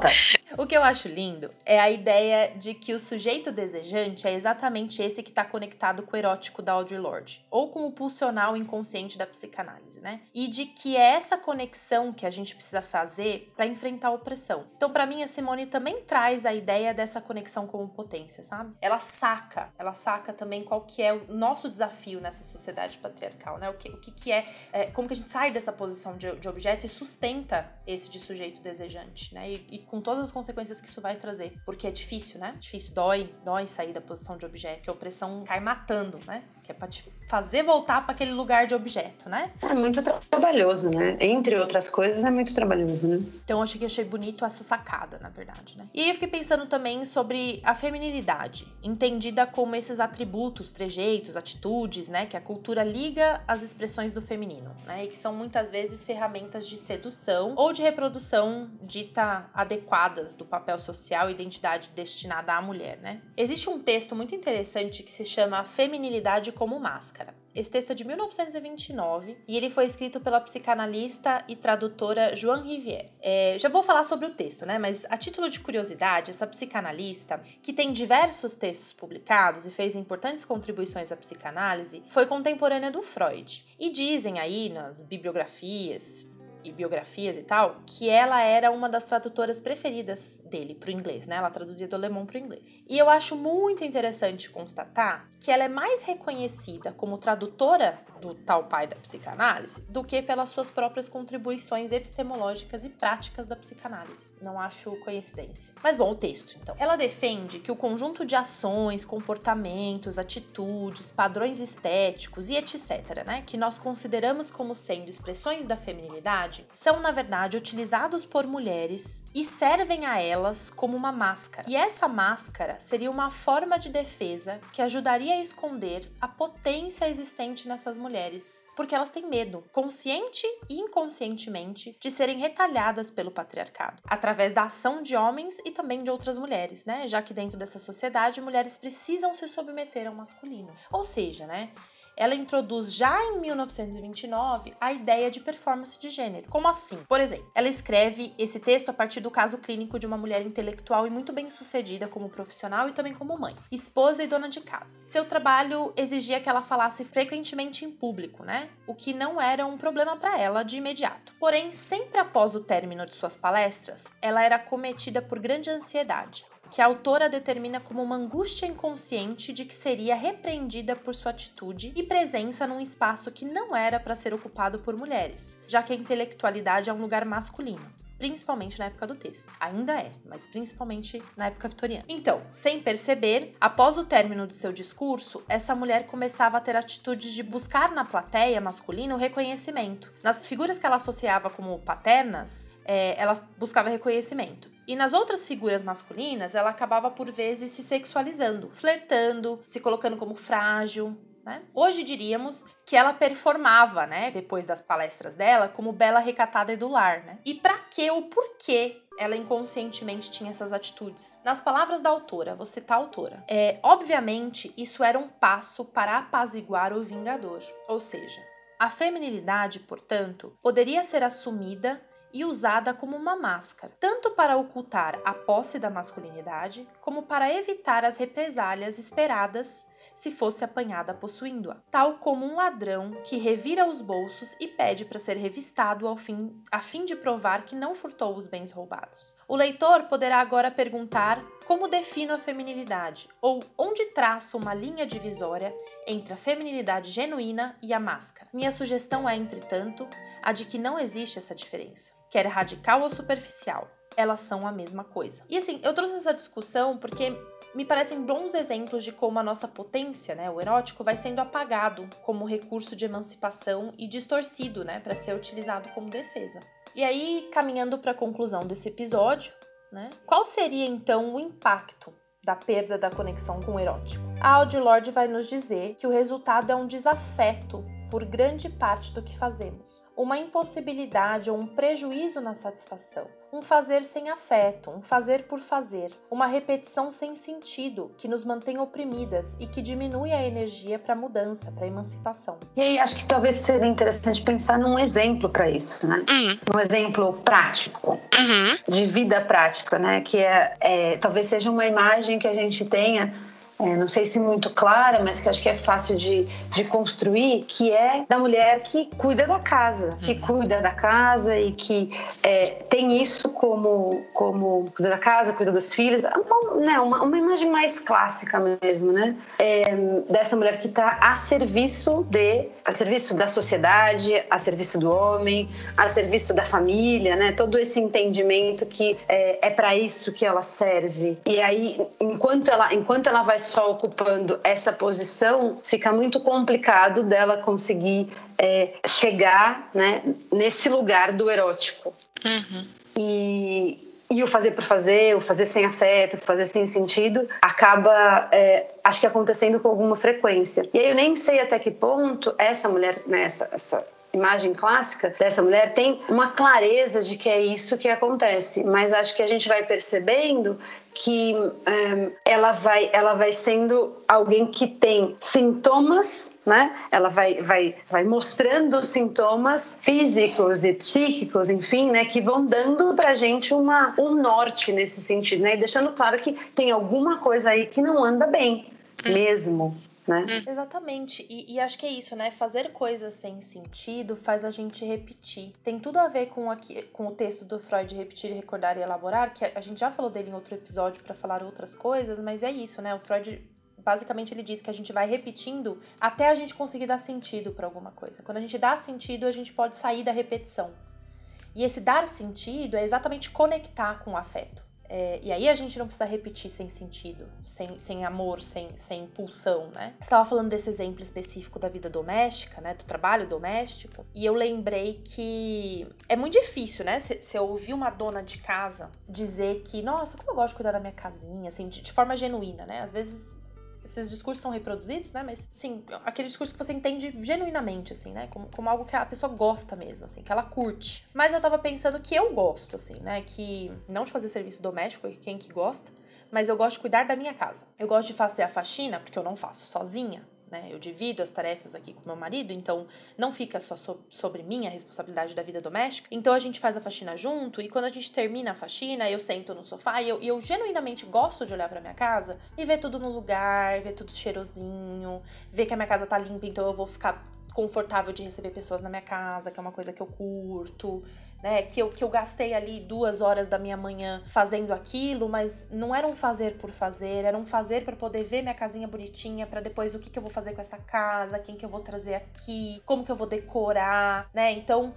O que eu acho lindo é a ideia de que o sujeito desejante é exatamente esse que está conectado com o erótico da Audre Lorde, ou com o pulsional inconsciente da psicanálise, né? E de que é essa conexão que a gente precisa fazer para enfrentar a opressão. Então, para mim, a Simone também traz a ideia dessa conexão como potência, sabe? Ela saca, ela saca também qual que é o nosso desafio nessa sociedade patriarcal, né? O que, o que, que é, é, como que a gente sai dessa posição de, de objeto e sustenta esse de sujeito desejante, né? E, e com todas as consequências que isso vai trazer. Porque é difícil, né? Difícil, dói, dói sair da posição de objeto, que a opressão cai matando, né? Que é pra te fazer voltar para aquele lugar de objeto, né? É muito trabalhoso, né? Entre outras coisas, é muito trabalhoso, né? Então, eu achei que achei bonito essa sacada, na verdade, né? E aí eu fiquei pensando também sobre a feminilidade, entendida como esses atributos, trejeitos, atitudes, né? Que a cultura liga às expressões do feminino, né? E que são muitas vezes ferramentas de sedução ou de reprodução dita adequadas do papel social e identidade destinada à mulher, né? Existe um texto muito interessante que se chama Feminilidade como Máscara. Esse texto é de mil novecentos e vinte e nove e ele foi escrito pela psicanalista e tradutora Joan Rivière. É, já vou falar sobre o texto, né? Mas a título de curiosidade, essa psicanalista, que tem diversos textos publicados e fez importantes contribuições à psicanálise, foi contemporânea do Freud. E dizem aí nas bibliografias e biografias e tal, que ela era uma das tradutoras preferidas dele pro inglês, né? Ela traduzia do alemão pro inglês. E eu acho muito interessante constatar que ela é mais reconhecida como tradutora do tal pai da psicanálise do que pelas suas próprias contribuições epistemológicas e práticas da psicanálise. Não acho coincidência. Mas bom, o texto, então. Ela defende que o conjunto de ações, comportamentos, atitudes, padrões estéticos e etc, né, que nós consideramos como sendo expressões da feminilidade, são, na verdade, utilizados por mulheres e servem a elas como uma máscara. E essa máscara seria uma forma de defesa que ajudaria a esconder a potência existente nessas mulheres. mulheres, porque elas têm medo, consciente e inconscientemente, de serem retalhadas pelo patriarcado, através da ação de homens e também de outras mulheres, né? Já que dentro dessa sociedade, mulheres precisam se submeter ao masculino. Ou seja, né? Ela introduz já em mil novecentos e vinte e nove a ideia de performance de gênero. Como assim? Por exemplo, ela escreve esse texto a partir do caso clínico de uma mulher intelectual e muito bem sucedida como profissional e também como mãe, esposa e dona de casa. Seu trabalho exigia que ela falasse frequentemente em público, né? O que não era um problema para ela de imediato. Porém, sempre após o término de suas palestras, ela era acometida por grande ansiedade, que a autora determina como uma angústia inconsciente de que seria repreendida por sua atitude e presença num espaço que não era para ser ocupado por mulheres, já que a intelectualidade é um lugar masculino, principalmente na época do texto. Ainda é, mas principalmente na época vitoriana. Então, sem perceber, após o término do seu discurso, essa mulher começava a ter atitudes de buscar na plateia masculina o reconhecimento. Nas figuras que ela associava como paternas, é, ela buscava reconhecimento. E nas outras figuras masculinas, ela acabava por vezes se sexualizando, flertando, se colocando como frágil, né? Hoje diríamos que ela performava, né, depois das palestras dela, como bela, recatada e do lar, né? E pra que ou por que ela inconscientemente tinha essas atitudes? Nas palavras da autora, vou citar a autora, é, obviamente isso era um passo para apaziguar o vingador, ou seja, a feminilidade, portanto, poderia ser assumida e usada como uma máscara, tanto para ocultar a posse da masculinidade, como para evitar as represálias esperadas se fosse apanhada possuindo-a, tal como um ladrão que revira os bolsos e pede para ser revistado ao fim, a fim de provar que não furtou os bens roubados. O leitor poderá agora perguntar como defino a feminilidade, ou onde traço uma linha divisória entre a feminilidade genuína e a máscara. Minha sugestão é, entretanto, a de que não existe essa diferença, quer radical ou superficial, elas são a mesma coisa. E assim, eu trouxe essa discussão porque me parecem bons exemplos de como a nossa potência, né, o erótico, vai sendo apagado como recurso de emancipação e distorcido, né, para ser utilizado como defesa. E aí, caminhando para a conclusão desse episódio, né, qual seria então o impacto da perda da conexão com o erótico? A Audre Lorde vai nos dizer que o resultado é um desafeto por grande parte do que fazemos. uma impossibilidade ou um prejuízo na satisfação. Um fazer sem afeto, um fazer por fazer, uma repetição sem sentido que nos mantém oprimidas e que diminui a energia para a mudança, para a emancipação. E aí acho que talvez seria interessante pensar num exemplo para isso, né? Uhum. Um exemplo prático, Uhum. de vida prática, né? Que é, é, talvez seja uma imagem que a gente tenha, É, não sei se muito clara, mas que acho que é fácil de, de construir, que é da mulher que cuida da casa, que cuida da casa e que é, tem isso como, como cuida da casa, cuida dos filhos, uma, né, uma, uma imagem mais clássica mesmo, né? É, dessa mulher que está a serviço de, a serviço da sociedade, a serviço do homem, a serviço da família, né? Todo esse entendimento que é, é para isso que ela serve. E aí, enquanto ela, enquanto ela vai só ocupando essa posição, fica muito complicado dela conseguir é, chegar, né, nesse lugar do erótico. Uhum. E, e o fazer por fazer, o fazer sem afeto, o fazer sem sentido, acaba, é, acho que acontecendo com alguma frequência. E aí eu nem sei até que ponto essa mulher, né, essa, essa imagem clássica dessa mulher tem uma clareza de que é isso que acontece, mas acho que a gente vai percebendo que um, ela, vai, ela vai sendo alguém que tem sintomas, né? Ela vai, vai, vai mostrando sintomas físicos e psíquicos, enfim, né? Que vão dando pra gente uma, um norte nesse sentido, né? E deixando claro que tem alguma coisa aí que não anda bem mesmo. Né? Exatamente, e, e acho que é isso, né? Fazer coisas sem sentido faz a gente repetir. Tem tudo a ver com, aqui, com o texto do Freud, Repetir, Recordar e Elaborar, que a, a gente já falou dele em outro episódio para falar outras coisas, mas é isso, né? O Freud, basicamente, ele diz que a gente vai repetindo até a gente conseguir dar sentido para alguma coisa. Quando a gente dá sentido, a gente pode sair da repetição. E esse dar sentido é exatamente conectar com o afeto. É, e aí a gente não precisa repetir sem sentido, sem, sem amor, sem, sem impulsão, né? Você estava falando desse exemplo específico da vida doméstica, né? Do trabalho doméstico. E eu lembrei que é muito difícil, né? Você ouvir uma dona de casa dizer que, nossa, como eu gosto de cuidar da minha casinha, assim, de, de forma genuína, né? Às vezes esses discursos são reproduzidos, né? Mas, sim, aquele discurso que você entende genuinamente, assim, né? Como, como algo que a pessoa gosta mesmo, assim, que ela curte. Mas eu tava pensando que eu gosto, assim, né? Que não de fazer serviço doméstico, quem que gosta, mas eu gosto de cuidar da minha casa. Eu gosto de fazer a faxina, porque eu não faço sozinha, né? Eu divido as tarefas aqui com meu marido, então não fica só so- sobre mim a responsabilidade da vida doméstica. Então a gente faz a faxina junto, e quando a gente termina a faxina, eu sento no sofá e eu, e eu genuinamente gosto de olhar pra minha casa e ver tudo no lugar, ver tudo cheirosinho, ver que a minha casa tá limpa, então eu vou ficar confortável de receber pessoas na minha casa, que é uma coisa que eu curto, né, que eu, que eu gastei ali duas horas da minha manhã fazendo aquilo, mas não era um fazer por fazer, era um fazer para poder ver minha casinha bonitinha, para depois o que, que eu vou fazer com essa casa, quem que eu vou trazer aqui, como que eu vou decorar, né, então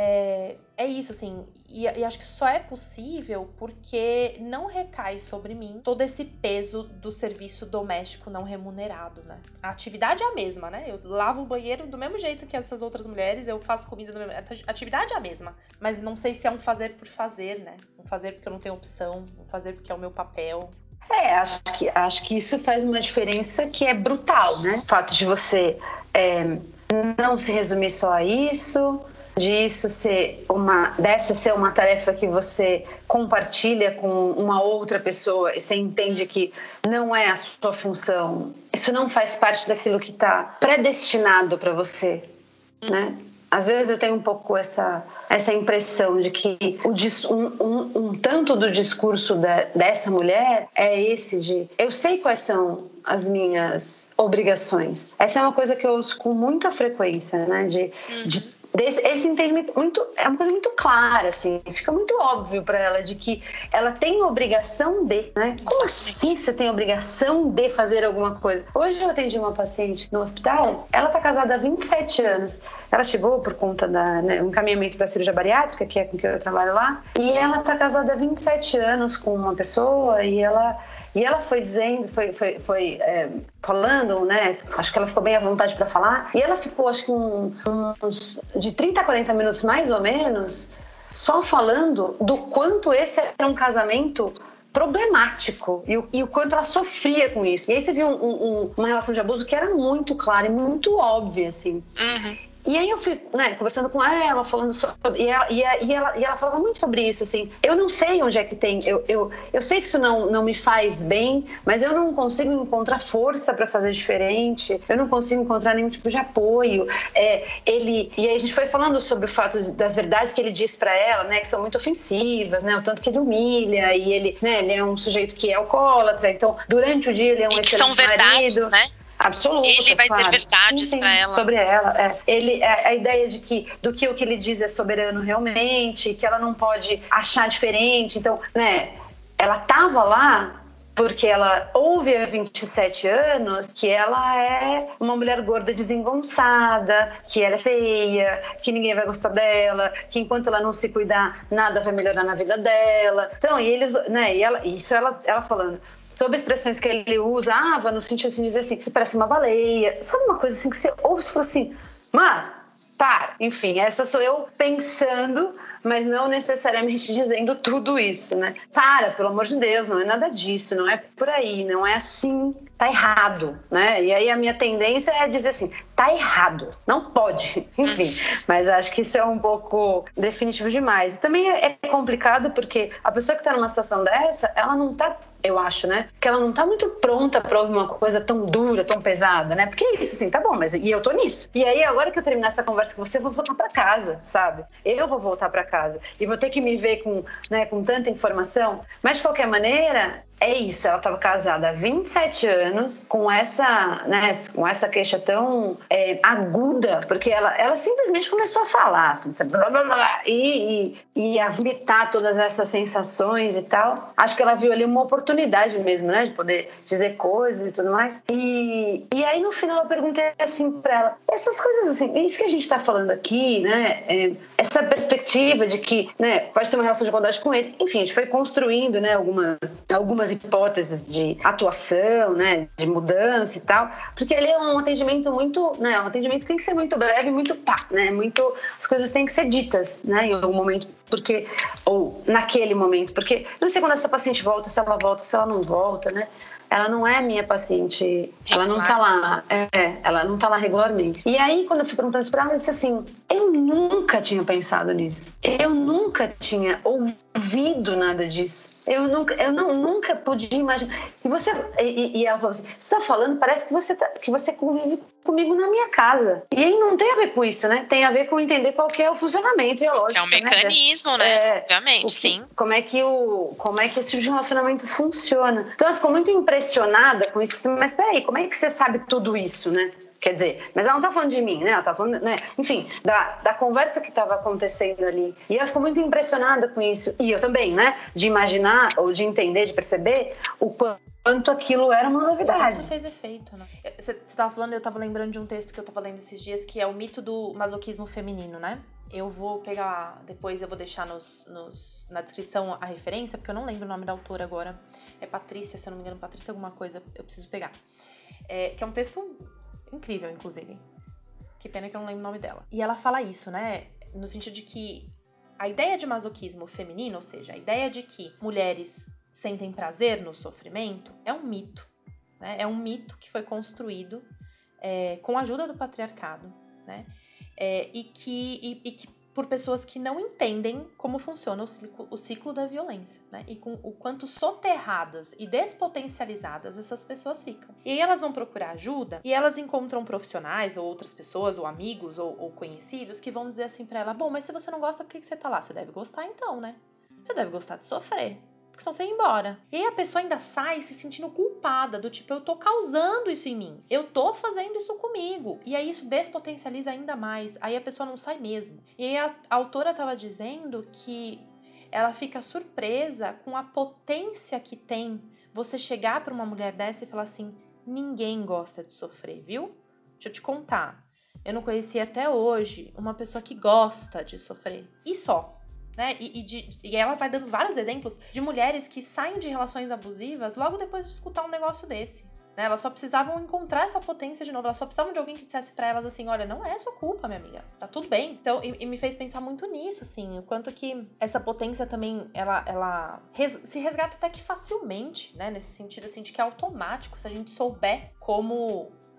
é, é isso, assim, e, e acho que só é possível porque não recai sobre mim todo esse peso do serviço doméstico não remunerado, né? A atividade é a mesma, né? Eu lavo o banheiro do mesmo jeito que essas outras mulheres, eu faço comida do mesmo... A atividade é a mesma, mas não sei se é um fazer por fazer, né? Um fazer porque eu não tenho opção, um fazer porque é o meu papel. É, acho que, acho que isso faz uma diferença que é brutal, né? O fato de você é, não se resumir só a isso... disso ser uma, dessa ser uma tarefa que você compartilha com uma outra pessoa e você entende que não é a sua função, isso não faz parte daquilo que está predestinado para você, né? Às vezes eu tenho um pouco essa, essa impressão de que o, um, um, um tanto do discurso da, dessa mulher é esse de eu sei quais são as minhas obrigações. Essa é uma coisa que eu ouço com muita frequência, né? De, de Desse, esse entendimento muito, é uma coisa muito clara, assim, fica muito óbvio para ela de que ela tem obrigação de, né? Como assim você tem obrigação de fazer alguma coisa? Hoje eu atendi uma paciente no hospital, ela tá casada há vinte e sete anos, ela chegou por conta da, né, um encaminhamento para cirurgia bariátrica, que é com que eu trabalho lá, e ela tá casada há vinte e sete anos com uma pessoa e ela... E ela foi dizendo, foi, foi, foi é, falando, né? Acho que ela ficou bem à vontade para falar. E ela ficou, acho que um, uns de trinta a quarenta minutos, mais ou menos, só falando do quanto esse era um casamento problemático e o, e o quanto ela sofria com isso. E aí você viu um, um, uma relação de abuso que era muito clara e muito óbvia, assim. Uhum. E aí eu fui, né, conversando com ela, falando sobre... E ela, e, ela, e, ela, e ela falava muito sobre isso, assim. Eu não sei onde é que tem... Eu, eu, eu sei que isso não, não me faz bem, mas eu não consigo encontrar força para fazer diferente. Eu não consigo encontrar nenhum tipo de apoio. É, ele, e aí a gente foi falando sobre o fato das verdades que ele diz para ela, né, que são muito ofensivas, né, o tanto que ele humilha, e ele, né, ele é um sujeito que é alcoólatra, então durante o dia ele é um e excelente são verdades, marido. Né? Absolutas, ele vai claro. dizer verdades para ela sobre ela. É. Ele, a, a ideia de que do que o que ele diz é soberano realmente, que ela não pode achar diferente. Então, né, ela estava lá porque ela ouve há vinte e sete anos que ela é uma mulher gorda desengonçada, que ela é feia, que ninguém vai gostar dela, que enquanto ela não se cuidar, nada vai melhorar na vida dela. Então, e ele, né, e ela, isso ela, ela falando sobre expressões que ele usava no sentido assim, de dizer assim, você parece uma baleia. Sabe uma coisa assim que você ouve e fala assim, mano, para. Enfim, essa sou eu pensando, mas não necessariamente dizendo tudo isso, né? Para, pelo amor de Deus, não é nada disso, não é por aí, não é assim, tá errado, né? E aí a minha tendência é dizer assim, tá errado, não pode, enfim. Mas acho que isso é um pouco definitivo demais. E também é complicado porque a pessoa que tá numa situação dessa, ela não tá... Eu acho, né? Que ela não tá muito pronta pra ouvir uma coisa tão dura, tão pesada, né? Porque é isso, assim, tá bom, mas e eu tô nisso. E aí, agora que eu terminar essa conversa com você, eu vou voltar pra casa, sabe? Eu vou voltar pra casa. E vou ter que me ver com, né, com tanta informação. Mas, de qualquer maneira, é isso. Ela tava casada há vinte e sete anos, com essa, né, com essa queixa tão é, aguda, porque ela, ela simplesmente começou a falar, assim, blá, blá, blá, e, e, e a vomitar todas essas sensações e tal. Acho que ela viu ali uma oportunidade mesmo, né, de poder dizer coisas e tudo mais. E, e aí, no final, eu perguntei assim pra ela, essas coisas assim, isso que a gente tá falando aqui, né, é, essa perspectiva de que, né, pode ter uma relação de igualdade com ele, enfim, a gente foi construindo, né, algumas, algumas hipóteses de atuação, né, de mudança e tal, porque ele é um atendimento muito, né, um atendimento que tem que ser muito breve, muito pá, né, muito, as coisas têm que ser ditas, né, em algum momento, porque, ou naquele momento, porque não sei quando essa paciente volta, se ela volta, se ela não volta, né, ela não é minha paciente, ela não tá lá, é, ela não tá lá regularmente. E aí, quando eu fui perguntando isso pra ela, ela disse assim, eu nunca tinha pensado nisso, eu nunca tinha ouvido nada disso. Eu nunca, eu não, nunca podia imaginar. E, você, e, e ela falou assim, você tá falando, parece que você, tá, que você convive comigo na minha casa. E aí não tem a ver com isso, né? Tem a ver com entender qual que é o funcionamento e a lógica. É um mecanismo, né? né? É, Obviamente, que, sim. Como é, que o, como é que esse tipo de relacionamento funciona. Então ela ficou muito impressionada com isso. Mas peraí, como é que você sabe tudo isso, né? Quer dizer, mas ela não tá falando de mim, né? Ela tá falando, né? Enfim, da, da conversa que estava acontecendo ali. E ela ficou muito impressionada com isso. E eu também, né? De imaginar, ou de entender, de perceber o quanto aquilo era uma novidade. Isso fez efeito, né? Você tava falando, eu tava lembrando de um texto que eu tava lendo esses dias, que é o mito do masoquismo feminino, né? Eu vou pegar, depois eu vou deixar nos, nos, na descrição a referência, porque eu não lembro o nome da autora agora. É Patrícia, se eu não me engano, Patrícia alguma coisa, eu preciso pegar. É, que é um texto incrível, inclusive. Que pena que eu não lembro o nome dela. E ela fala isso, né? No sentido de que a ideia de masoquismo feminino, ou seja, a ideia de que mulheres sentem prazer no sofrimento, é um mito. Né? É um mito que foi construído é, com a ajuda do patriarcado, né? É, e, que, e, e que por pessoas que não entendem como funciona o ciclo, o ciclo da violência, né? E com o quanto soterradas e despotencializadas essas pessoas ficam. E aí elas vão procurar ajuda e elas encontram profissionais ou outras pessoas, ou amigos, ou, ou conhecidos, que vão dizer assim pra ela, bom, mas se você não gosta, por que você tá lá? Você deve gostar então, né? Você deve gostar de sofrer. Porque senão você ia embora. E aí a pessoa ainda sai se sentindo culpada, do tipo, eu tô causando isso em mim. Eu tô fazendo isso comigo. E aí isso despotencializa ainda mais. Aí a pessoa não sai mesmo. E aí a, a autora tava dizendo que ela fica surpresa com a potência que tem você chegar pra uma mulher dessa e falar assim, ninguém gosta de sofrer, viu? Deixa eu te contar. Eu não conheci até hoje uma pessoa que gosta de sofrer. E só. Né? E, e, de, e ela vai dando vários exemplos de mulheres que saem de relações abusivas logo depois de escutar um negócio desse. Né? Elas só precisavam encontrar essa potência de novo. Elas só precisavam de alguém que dissesse pra elas assim, olha, não é sua culpa, minha amiga. Tá tudo bem. Então, e, e me fez pensar muito nisso, assim. O quanto que essa potência também, ela, ela res, se resgata até que facilmente, né? Nesse sentido, assim, de que é automático. Se a gente souber como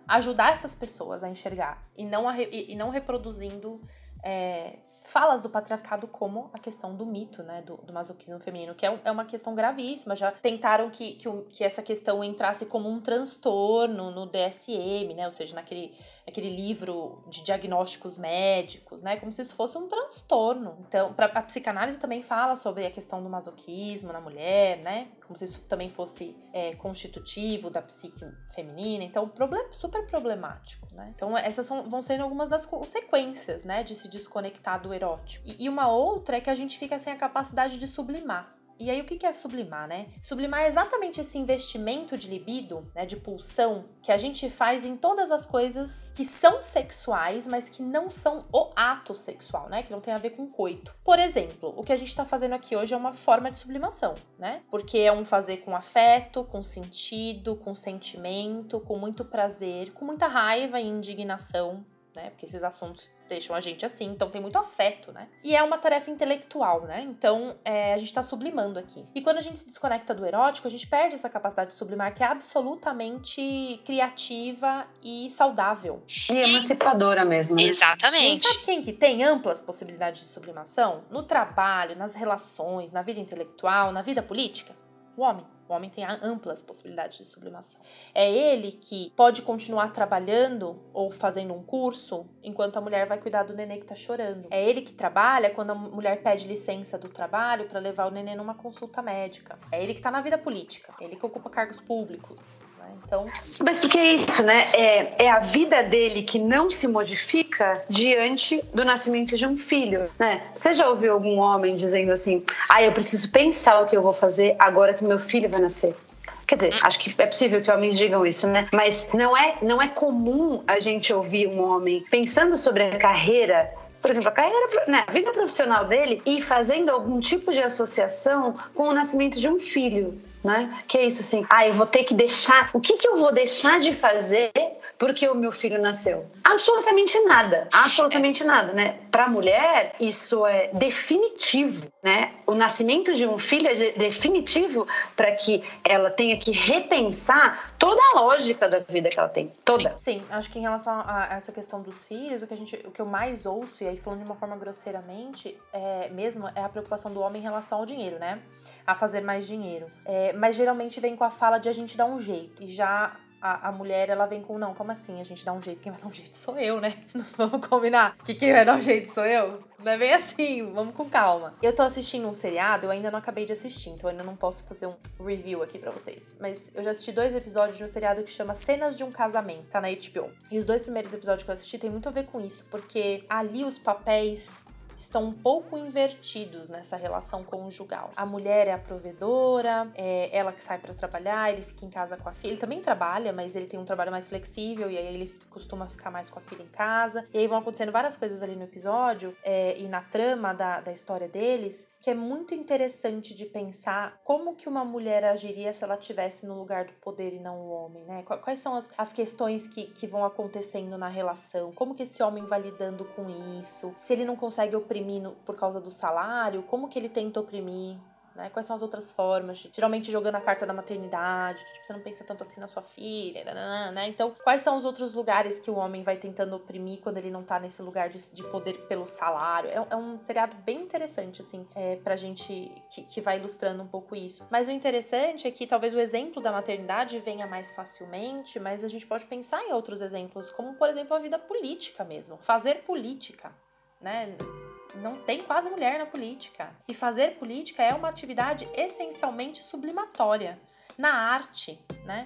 ajudar essas pessoas a enxergar e não, a, e, e não reproduzindo é, falas do patriarcado como a questão do mito, né, do, do masoquismo feminino, que é, um, é uma questão gravíssima. Já tentaram que, que, que essa questão entrasse como um transtorno no D S M, né, ou seja, naquele, naquele livro de diagnósticos médicos, né, como se isso fosse um transtorno. Então, pra, a psicanálise também fala sobre a questão do masoquismo na mulher, né, como se isso também fosse é, constitutivo da psique feminina. Então, problema, super problemático, né. Então, essas são, vão ser algumas das consequências, né, de se desconectar do erótico. E, e uma outra é que a gente fica sem a capacidade de sublimar. E aí, o que é sublimar, né? Sublimar é exatamente esse investimento de libido, né, de pulsão, que a gente faz em todas as coisas que são sexuais, mas que não são o ato sexual, né? Que não tem a ver com coito. Por exemplo, o que a gente tá fazendo aqui hoje é uma forma de sublimação, né? Porque é um fazer com afeto, com sentido, com sentimento, com muito prazer, com muita raiva e indignação, né? Porque esses assuntos deixam a gente assim, então tem muito afeto, né? E é uma tarefa intelectual, né? Então, é, a gente tá sublimando aqui. E quando a gente se desconecta do erótico, a gente perde essa capacidade de sublimar, que é absolutamente criativa e saudável. E emancipadora mesmo, né? Exatamente. E sabe quem que tem amplas possibilidades de sublimação? No trabalho, nas relações, na vida intelectual, na vida política? O homem. O homem tem amplas possibilidades de sublimação. É ele que pode continuar trabalhando ou fazendo um curso enquanto a mulher vai cuidar do nenê que tá chorando. É ele que trabalha quando a mulher pede licença do trabalho para levar o nenê numa consulta médica. É ele que tá na vida política. É ele que ocupa cargos públicos. Então... Mas porque é isso, né? É, é a vida dele que não se modifica diante do nascimento de um filho, né? Você já ouviu algum homem dizendo assim: ah, eu preciso pensar o que eu vou fazer agora que meu filho vai nascer? Quer dizer, acho que é possível que homens digam isso, né? Mas não é, não é comum a gente ouvir um homem pensando sobre a carreira, por exemplo, a carreira, né, a vida profissional dele, e fazendo algum tipo de associação com o nascimento de um filho, né? Que é isso assim, ah, eu vou ter que deixar, o que que eu vou deixar de fazer porque o meu filho nasceu? Absolutamente nada, absolutamente nada, né? Para a mulher, isso é definitivo, né? O nascimento de um filho é definitivo para que ela tenha que repensar toda a lógica da vida que ela tem, toda. Sim, acho que em relação a essa questão dos filhos, o que, a gente, o que eu mais ouço, e aí falando de uma forma grosseiramente, é, mesmo é a preocupação do homem em relação ao dinheiro, né? A fazer mais dinheiro. É, mas geralmente vem com a fala de a gente dar um jeito, e já... A, a mulher, ela vem com, não, como assim? A gente dá um jeito, quem vai dar um jeito sou eu, né? Vamos combinar que quem vai dar um jeito sou eu? Não é bem assim, vamos com calma. Eu tô assistindo um seriado, eu ainda não acabei de assistir, então eu ainda não posso fazer um review aqui pra vocês. Mas eu já assisti dois episódios de um seriado que chama Cenas de um Casamento, tá na H B O. E os dois primeiros episódios que eu assisti tem muito a ver com isso, porque ali os papéis estão um pouco invertidos nessa relação conjugal. A mulher é a provedora, é ela que sai pra trabalhar, ele fica em casa com a filha. Ele também trabalha, mas ele tem um trabalho mais flexível e aí ele costuma ficar mais com a filha em casa. E aí vão acontecendo várias coisas ali no episódio é, e na trama da, da história deles, que é muito interessante de pensar como que uma mulher agiria se ela estivesse no lugar do poder e não o homem, né? Quais são as, as questões que, que vão acontecendo na relação? Como que esse homem vai lidando com isso? Se ele não consegue oprimir por causa do salário, como que ele tenta oprimir? Né? Quais são as outras formas? Geralmente jogando a carta da maternidade, tipo, você não pensa tanto assim na sua filha, né? Então, quais são os outros lugares que o homem vai tentando oprimir quando ele não tá nesse lugar de, de poder pelo salário? É, é um seriado bem interessante, assim, é, pra gente, que, que vai ilustrando um pouco isso. Mas o interessante é que talvez o exemplo da maternidade venha mais facilmente, mas a gente pode pensar em outros exemplos, como, por exemplo, a vida política mesmo. Fazer política, né? Não tem quase mulher na política. E fazer política é uma atividade essencialmente sublimatória. Na arte, né?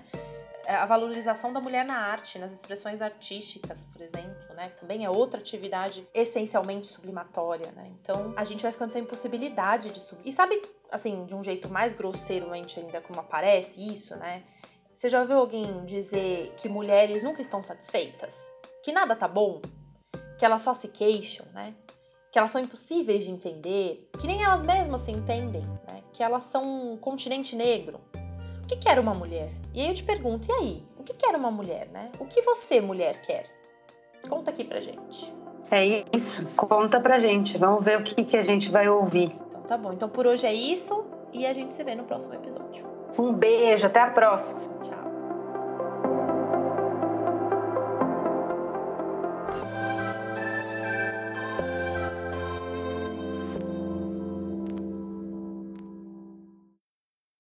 A valorização da mulher na arte, nas expressões artísticas, por exemplo, né? Também é outra atividade essencialmente sublimatória, né? Então, a gente vai ficando sem possibilidade de sublimar. E sabe, assim, de um jeito mais grosseiramente ainda como aparece isso, né? Você já ouviu alguém dizer que mulheres nunca estão satisfeitas? Que nada tá bom? Que elas só se queixam, né? Que elas são impossíveis de entender, que nem elas mesmas se entendem, né? Que elas são um continente negro. O que quer uma mulher? E aí eu te pergunto, e aí? O que quer uma mulher, né? O que você, mulher, quer? Conta aqui pra gente. É isso, conta pra gente. Vamos ver o que, que a gente vai ouvir. Então tá bom, então por hoje é isso e a gente se vê no próximo episódio. Um beijo, até a próxima. Tchau.